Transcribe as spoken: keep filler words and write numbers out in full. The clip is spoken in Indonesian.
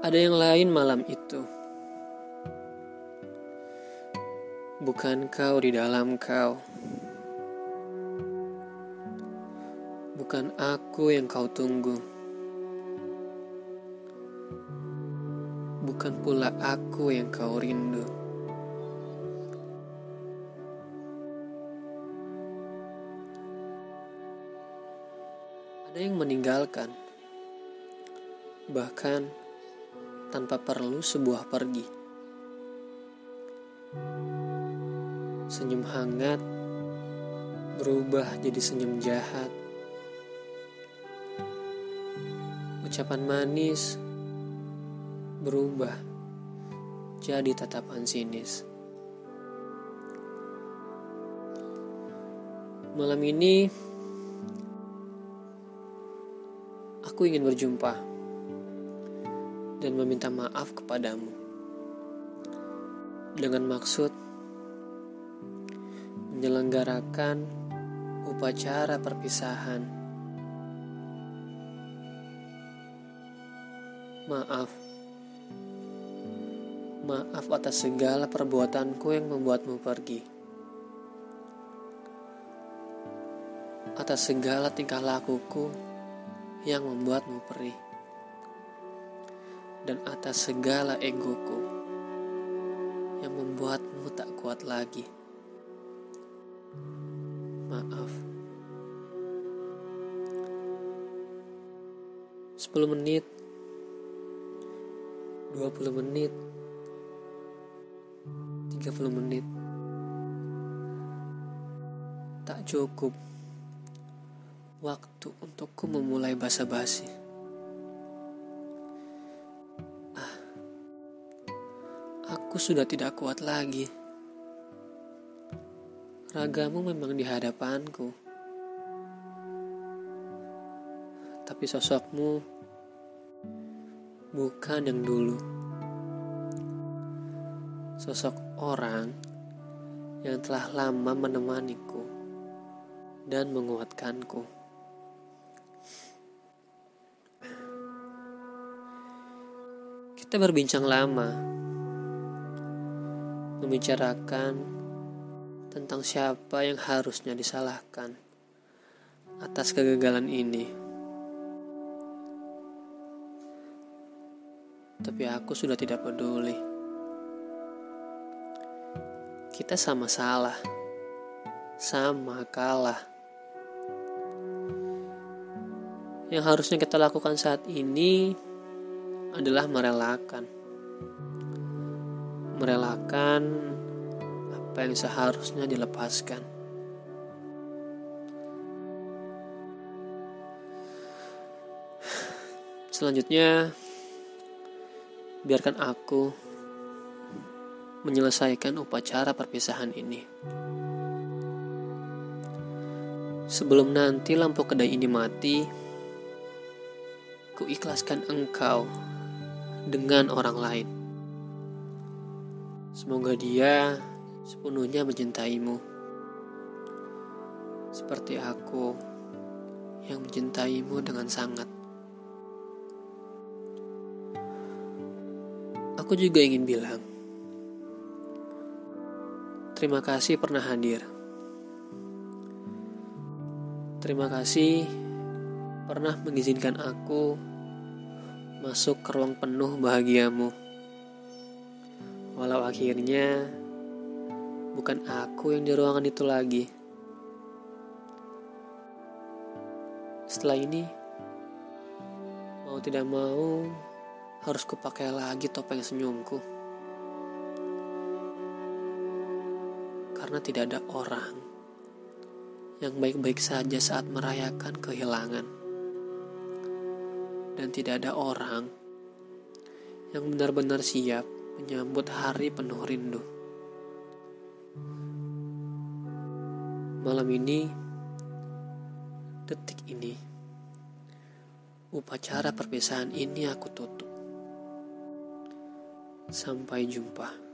Ada yang lain malam itu. Bukan kau di dalam kau. Bukan aku yang kau tunggu. Bukan pula aku yang kau rindu. Ada yang meninggalkan, bahkan tanpa perlu sebuah pergi. Senyum hangat berubah jadi senyum jahat. Ucapan manis berubah jadi tatapan sinis. Malam ini aku ingin berjumpa dan meminta maaf kepadamu dengan maksud menyelenggarakan upacara perpisahan. Maaf. Maaf atas segala perbuatanku yang membuatmu pergi. Atas segala tingkah lakuku yang membuatmu perih. Dan atas segala egoku yang membuatmu tak kuat lagi. Maaf. Sepuluh menit, dua puluh menit, tiga puluh menit tak cukup waktu untukku memulai basa-basi. Ah, aku sudah tidak kuat lagi. Ragamu memang di hadapanku, tapi sosokmu bukan yang dulu. Sosok orang yang telah lama menemaniku dan menguatkanku. Kita berbincang lama, membicarakan tentang siapa yang harusnya disalahkan atas kegagalan ini. Tapi aku sudah tidak peduli. Kita sama salah, sama kalah. Yang harusnya kita lakukan saat ini adalah merelakan. Merelakan apa yang seharusnya dilepaskan. Selanjutnya, biarkan aku menyelesaikan upacara perpisahan ini. Sebelum nanti lampu kedai ini mati, ku ikhlaskan engkau dengan orang lain. Semoga dia sepenuhnya mencintaimu, seperti aku yang mencintaimu dengan sangat. Aku juga ingin bilang, terima kasih pernah hadir. Terima kasih pernah mengizinkan aku masuk ke ruang penuh bahagiamu. Walau akhirnya bukan aku yang di ruangan itu lagi. Setelah ini, mau tidak mau, harus kupakai lagi topeng senyumku. Karena tidak ada orang yang baik-baik saja saat merayakan kehilangan. Dan tidak ada orang yang benar-benar siap menyambut hari penuh rindu. Malam ini, detik ini, upacara perpisahan ini aku tutup. Sampai jumpa.